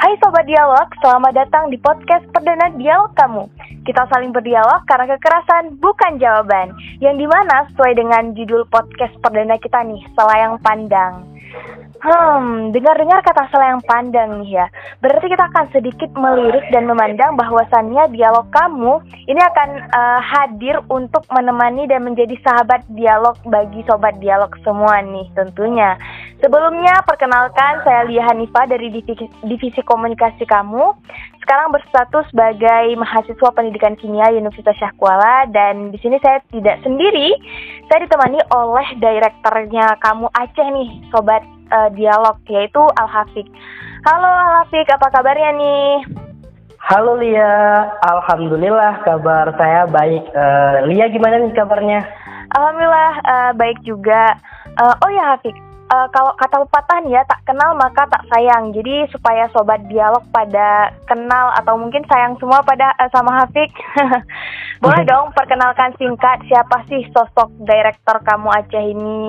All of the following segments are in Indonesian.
Hai Sobat Dialog, selamat datang di podcast perdana dialog kamu. Kita saling berdialog karena kekerasan bukan jawaban. Yang dimana sesuai dengan judul podcast perdana kita nih, Selayang Pandang. Dengar-dengar kata selayang pandang nih ya. Berarti kita akan sedikit melirik dan memandang bahwasannya dialog kamu ini akan hadir untuk menemani dan menjadi sahabat dialog bagi sobat dialog semua nih tentunya. Sebelumnya perkenalkan, saya Lia Hanifah dari Divisi Komunikasi Kamu. Sekarang berstatus sebagai mahasiswa Pendidikan Kimia Universitas Syahkuala, dan di sini saya tidak sendiri. Saya ditemani oleh direkturnya Kamu Aceh nih, sobat dialog, yaitu Al-Hafik. Halo Al-Hafik, apa kabarnya nih? Halo Lia, alhamdulillah kabar saya baik. Lia gimana nih kabarnya? Alhamdulillah baik juga. Oh ya Hafik, kalau kata pepatah nih ya, tak kenal maka tak sayang. Jadi supaya sobat dialog pada kenal atau mungkin sayang semua pada sama Hafik. Boleh dong perkenalkan singkat siapa sih sosok direktur Kamu Aceh ini?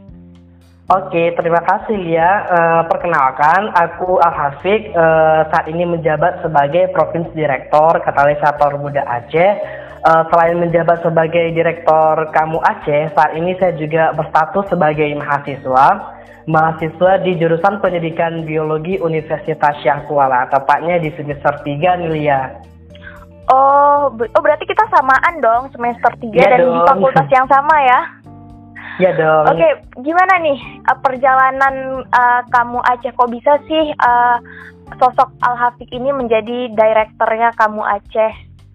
Oke, terima kasih Lia. Perkenalkan, aku Al-Hafik, saat ini menjabat sebagai Provinsi Direktur Katalisator Muda Aceh. Selain menjabat sebagai Direktur Kamu Aceh, saat ini saya juga berstatus sebagai mahasiswa di jurusan Pendidikan Biologi Universitas Syahkuala, tepatnya di semester 3 nih Lia. Oh berarti kita samaan dong, semester 3 ya, dan dong. Di fakultas yang sama ya? Ya dong. Oke, gimana nih perjalanan Kamu Aceh? Kok bisa sih sosok Al-Hafik ini menjadi direkturnya Kamu Aceh?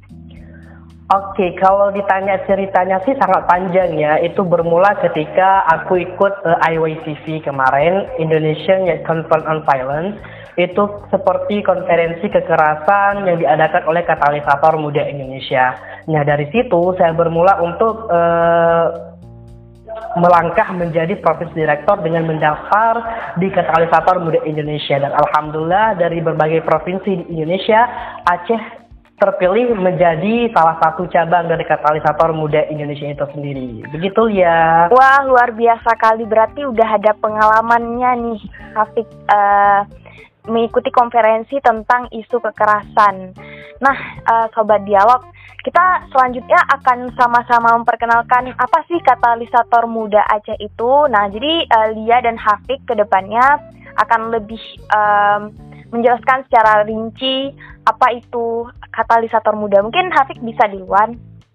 Oke, kalau ditanya ceritanya sih sangat panjang ya. Itu bermula ketika aku ikut IYCV kemarin, Indonesian Youth Conference on Violence. Itu seperti konferensi kekerasan yang diadakan oleh Katalisator Muda Indonesia. Nah, dari situ saya bermula untuk melangkah menjadi Provinsi Direktur dengan mendaftar di Katalisator Muda Indonesia, dan alhamdulillah dari berbagai provinsi di Indonesia, Aceh terpilih menjadi salah satu cabang dari Katalisator Muda Indonesia itu sendiri. Begitu ya. Wah, luar biasa kali, berarti udah ada pengalamannya nih Hafik mengikuti konferensi tentang isu kekerasan. Nah, sobat dialog, kita selanjutnya akan sama-sama memperkenalkan apa sih Katalisator Muda Aceh itu. Nah, jadi Lia dan Hafik ke depannya akan lebih menjelaskan secara rinci apa itu Katalisator Muda. Mungkin Hafik bisa duluan.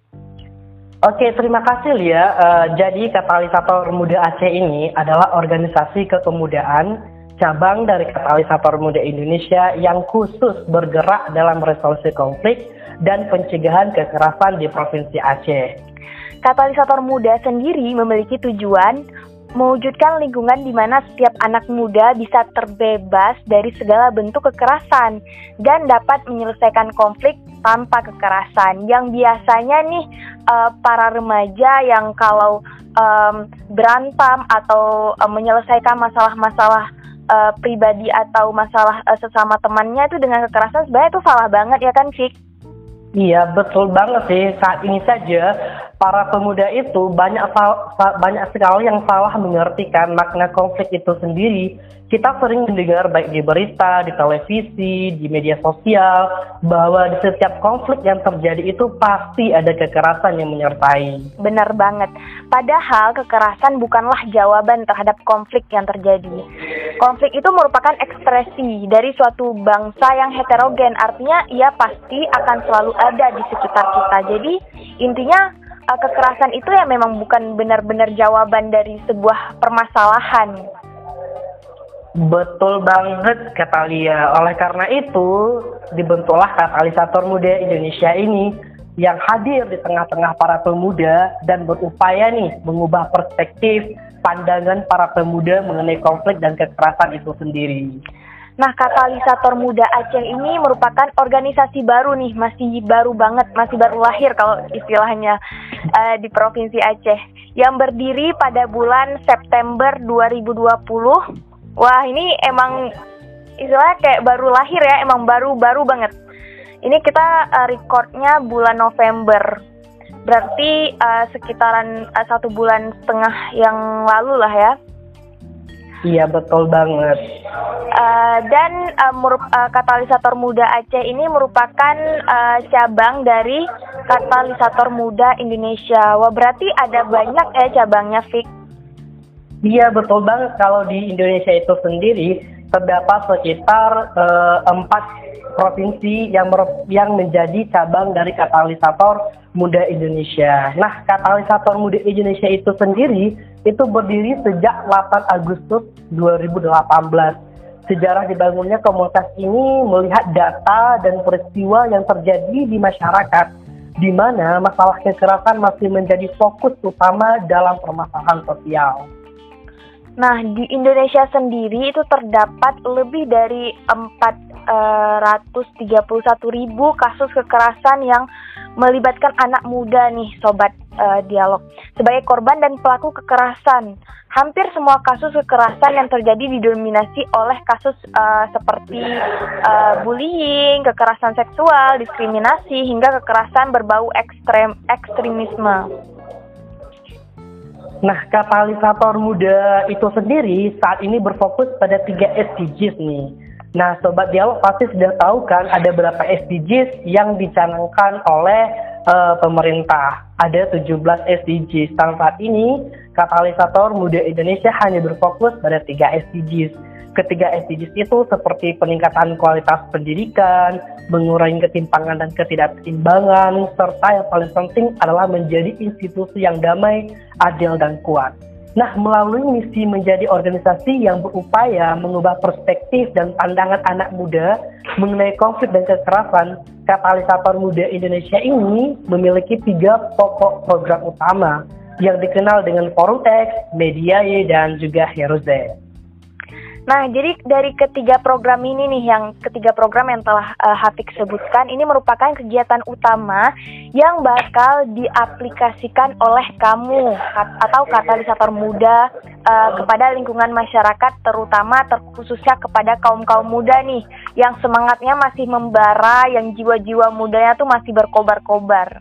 Oke, terima kasih Lia. Jadi Katalisator Muda Aceh ini adalah organisasi kepemudaan cabang dari Katalisator Muda Indonesia yang khusus bergerak dalam resolusi konflik dan pencegahan kekerasan di Provinsi Aceh. Katalisator Muda sendiri memiliki tujuan mewujudkan lingkungan di mana setiap anak muda bisa terbebas dari segala bentuk kekerasan dan dapat menyelesaikan konflik tanpa kekerasan. Yang biasanya nih para remaja yang kalau berantem atau menyelesaikan masalah-masalah pribadi atau masalah sesama temannya itu dengan kekerasan, sebenarnya itu salah banget ya kan, Fik? Iya, betul banget sih. Saat ini saja para pemuda itu banyak sekali yang salah mengartikan makna konflik itu sendiri. Kita sering mendengar baik di berita, di televisi, di media sosial, bahwa di setiap konflik yang terjadi itu pasti ada kekerasan yang menyertai. Benar banget. Padahal kekerasan bukanlah jawaban terhadap konflik yang terjadi. Konflik itu merupakan ekspresi dari suatu bangsa yang heterogen. Artinya ia pasti akan selalu ada di sekitar kita. Jadi intinya kekerasan itu ya memang bukan benar-benar jawaban dari sebuah permasalahan. Betul banget kata Lia. Oleh karena itu dibentuklah Katalisator Muda Indonesia ini yang hadir di tengah-tengah para pemuda dan berupaya nih mengubah perspektif pandangan para pemuda mengenai konflik dan kekerasan itu sendiri. Nah, Katalisator Muda Aceh ini merupakan organisasi baru nih, masih baru banget, masih baru lahir kalau istilahnya di Provinsi Aceh, yang berdiri pada bulan September 2020. Wah, ini emang istilahnya kayak baru lahir ya, emang baru banget. Ini kita recordnya bulan November, berarti sekitaran 1,5 bulan yang lalu lah ya. Iya, betul banget. Katalisator Muda Aceh ini merupakan cabang dari Katalisator Muda Indonesia. Wah, berarti ada banyak cabangnya, Fik. Iya, betul banget. Kalau di Indonesia itu sendiri terdapat sekitar 4 provinsi yang menjadi cabang dari Katalisator Muda Indonesia. Nah, Katalisator Muda Indonesia itu sendiri itu berdiri sejak 8 Agustus 2018. Sejarah dibangunnya komunitas ini melihat data dan peristiwa yang terjadi di masyarakat, di mana masalah kekerasan masih menjadi fokus utama dalam permasalahan sosial. Nah, di Indonesia sendiri itu terdapat lebih dari 431.000 kasus kekerasan yang melibatkan anak muda nih, Sobat Dialog. Sebagai korban dan pelaku kekerasan, hampir semua kasus kekerasan yang terjadi didominasi oleh kasus seperti bullying, kekerasan seksual, diskriminasi, hingga kekerasan berbau ekstremisme. Nah, Katalisator Muda itu sendiri saat ini berfokus pada 3 SDGs nih. Nah, Sobat Dialog pasti sudah tahu kan ada berapa SDGs yang dicanangkan oleh pemerintah. Ada 17 SDGs. Saat ini, Katalisator Muda Indonesia hanya berfokus pada 3 SDGs. Ketiga SDGs itu seperti peningkatan kualitas pendidikan, mengurangi ketimpangan dan ketidakseimbangan, serta yang paling penting adalah menjadi institusi yang damai, adil, dan kuat. Nah, melalui misi menjadi organisasi yang berupaya mengubah perspektif dan pandangan anak muda mengenai konflik dan kekerasan, Katalisator Muda Indonesia ini memiliki 3 pokok program utama yang dikenal dengan Forum X, Mediae, dan juga Heroes. Nah, jadi dari ketiga program ini nih, ketiga program yang telah Hafik sebutkan, ini merupakan kegiatan utama yang bakal diaplikasikan oleh kamu atau Katalisator Muda kepada lingkungan masyarakat, terutama terkhususnya kepada kaum-kaum muda nih, yang semangatnya masih membara, yang jiwa-jiwa mudanya tuh masih berkobar-kobar.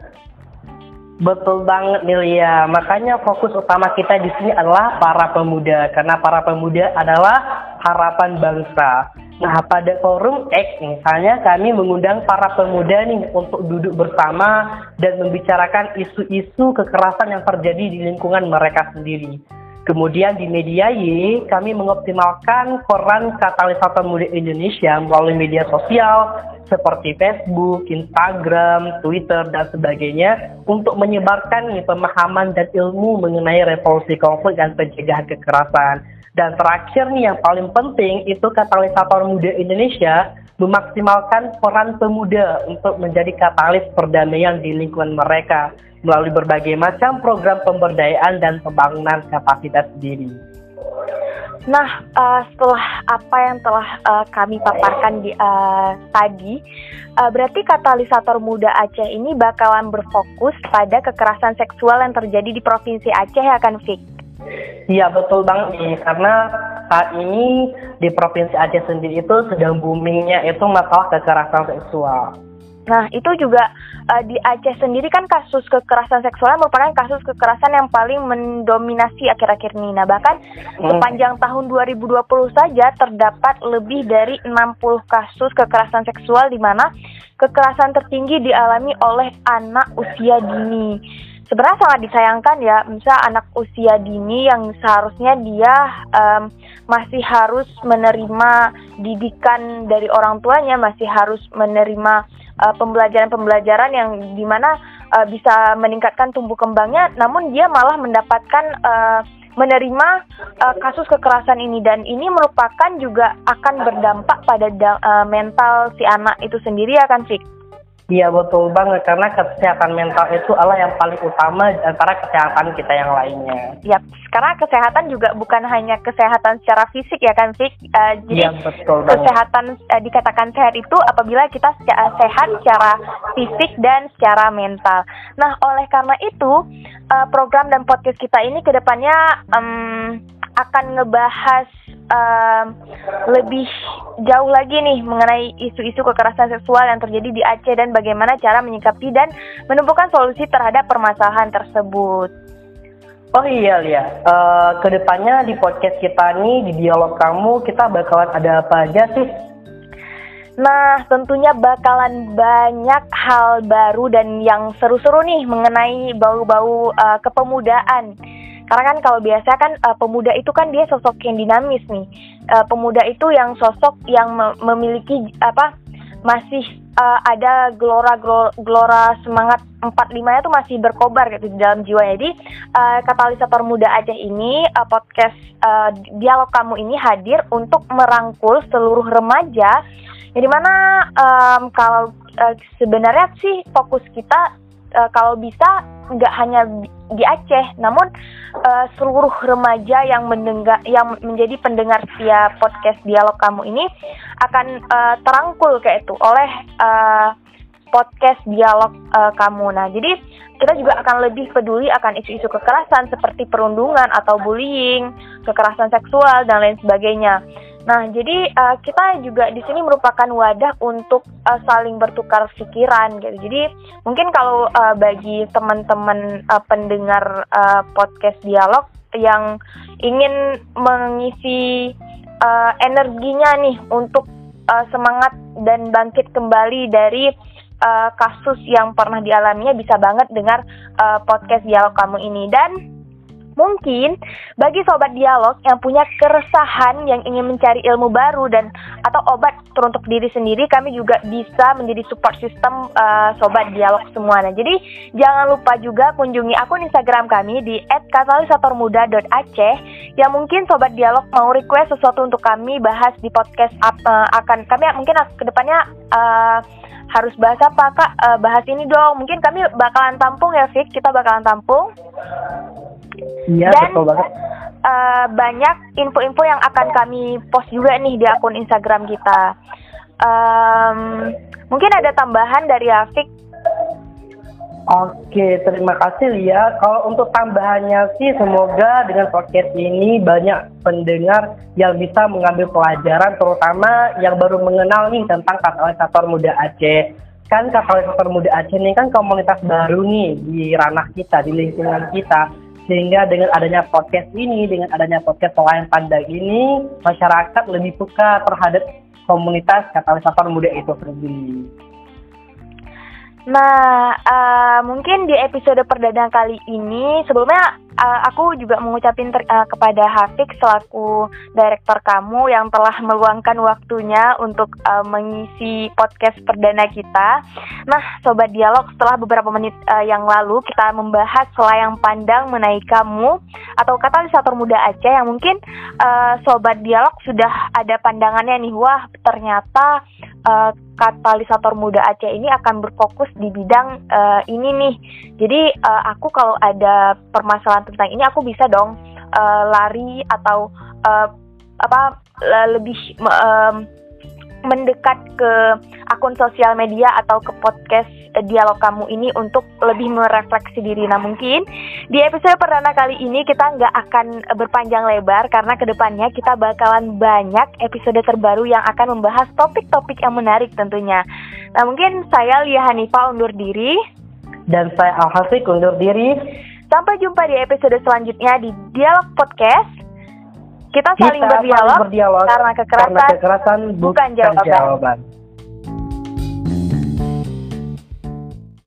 Betul banget Milia, makanya fokus utama kita di sini adalah para pemuda, karena para pemuda adalah harapan bangsa. Nah, pada Forum X misalnya kami mengundang para pemuda nih untuk duduk bersama dan membicarakan isu-isu kekerasan yang terjadi di lingkungan mereka sendiri. Kemudian di Mediae, kami mengoptimalkan peran Katalisator Muda Indonesia melalui media sosial seperti Facebook, Instagram, Twitter, dan sebagainya untuk menyebarkan pemahaman dan ilmu mengenai resolusi konflik dan pencegahan kekerasan. Dan terakhir nih yang paling penting itu Katalisator Muda Indonesia memaksimalkan peran pemuda untuk menjadi katalis perdamaian di lingkungan mereka melalui berbagai macam program pemberdayaan dan pembangunan kapasitas diri. Nah, setelah apa yang telah kami paparkan tadi, berarti Katalisator Muda Aceh ini bakalan berfokus pada kekerasan seksual yang terjadi di Provinsi Aceh, ya kan, Fik? Iya, betul banget nih, karena saat ini di Provinsi Aceh sendiri itu sedang boomingnya itu masalah kekerasan seksual. Nah, itu juga di Aceh sendiri kan kasus kekerasan seksual merupakan kasus kekerasan yang paling mendominasi akhir-akhir ini. Nah, bahkan sepanjang tahun 2020 saja terdapat lebih dari 60 kasus kekerasan seksual di mana kekerasan tertinggi dialami oleh anak usia dini. Sebenarnya sangat disayangkan ya, misalnya anak usia dini yang seharusnya dia masih harus menerima didikan dari orang tuanya, masih harus menerima pembelajaran-pembelajaran yang dimana bisa meningkatkan tumbuh kembangnya, namun dia malah mendapatkan menerima kasus kekerasan ini, dan ini merupakan juga akan berdampak pada mental si anak itu sendiri, ya kan, Fik? Iya, betul banget, karena kesehatan mental itu adalah yang paling utama antara kesehatan kita yang lainnya. Yap, karena kesehatan juga bukan hanya kesehatan secara fisik, ya kan, Fik? Jadi ya, betul banget. Kesehatan dikatakan sehat itu apabila kita sehat secara fisik dan secara mental. Nah, oleh karena itu program dan podcast kita ini kedepannya akan ngebahas lebih jauh lagi nih mengenai isu-isu kekerasan seksual yang terjadi di Aceh dan bagaimana cara menyikapi dan menemukan solusi terhadap permasalahan tersebut. Oh iya Lia, kedepannya di podcast kita nih, di dialog kamu, kita bakalan ada apa aja sih? Nah, tentunya bakalan banyak hal baru dan yang seru-seru nih mengenai bau-bau kepemudaan. Karena kan kalau biasa kan pemuda itu kan dia sosok yang dinamis nih. Pemuda itu yang sosok yang memiliki masih ada gelora semangat 45-nya tuh masih berkobar gitu di dalam jiwanya. Jadi Katalisator Muda Aceh ini, podcast dialog kamu ini hadir untuk merangkul seluruh remaja. Yang dimana kalau sebenarnya sih fokus kita kalau bisa nggak hanya di Aceh, namun seluruh remaja yang menjadi pendengar setia podcast dialog kamu ini akan terangkul kayak itu oleh podcast dialog kamu. Nah, jadi kita juga akan lebih peduli akan isu-isu kekerasan seperti perundungan atau bullying, kekerasan seksual dan lain sebagainya. Nah, jadi kita juga di sini merupakan wadah untuk saling bertukar pikiran gitu. Jadi mungkin kalau bagi teman-teman pendengar podcast dialog yang ingin mengisi energinya nih untuk semangat dan bangkit kembali dari kasus yang pernah dialaminya, bisa banget dengar podcast dialog kamu ini. Dan mungkin bagi sobat dialog yang punya keresahan, yang ingin mencari ilmu baru dan atau obat teruntuk diri sendiri, kami juga bisa menjadi support system sobat dialog semua. Nah, jadi jangan lupa juga kunjungi akun Instagram kami di @katalisatormuda.aceh yang mungkin sobat dialog mau request sesuatu untuk kami bahas di podcast akan kami mungkin kedepannya harus bahas apa Kak? Bahas ini dong. Mungkin kami bakalan tampung ya, Fik. Kita bakalan tampung. Iya, dan betul banget. Banyak info-info yang akan kami post juga nih di akun Instagram kita. Mungkin ada tambahan dari Afik? Oke, terima kasih Lia. Kalau untuk tambahannya sih, semoga dengan podcast ini banyak pendengar yang bisa mengambil pelajaran, terutama yang baru mengenal nih tentang Katalisator Muda Aceh. Kan Katalisator Muda Aceh ini kan komunitas baru nih di ranah kita, di lingkungan kita. Sehingga dengan adanya podcast ini, dengan adanya podcast Selayan Pandang ini, masyarakat lebih peka terhadap komunitas Katalisator Muda itu sendiri. Nah, mungkin di episode perdana kali ini, sebelumnya aku juga mengucapkan kepada Hafik selaku direktur kamu yang telah meluangkan waktunya untuk mengisi podcast perdana kita. Nah, Sobat Dialog, setelah beberapa menit yang lalu kita membahas Selayang Pandang mengenai kamu atau Katalisator Muda Aceh yang mungkin Sobat Dialog sudah ada pandangannya nih, wah ternyata Katalisator Muda Aceh ini akan berfokus di bidang ini nih. Jadi aku kalau ada permasalahan tentang ini aku bisa dong lari atau lebih mendekat ke akun sosial media atau ke podcast dialog kamu ini untuk lebih merefleksi diri. Nah, mungkin di episode perdana kali ini kita nggak akan berpanjang lebar karena kedepannya kita bakalan banyak episode terbaru yang akan membahas topik-topik yang menarik tentunya. Nah, mungkin saya Lia Hanifah undur diri. Dan saya Al-Hafik undur diri. Sampai jumpa di episode selanjutnya di Dialog Podcast. Kita saling berdialog karena kekerasan bukan jawaban.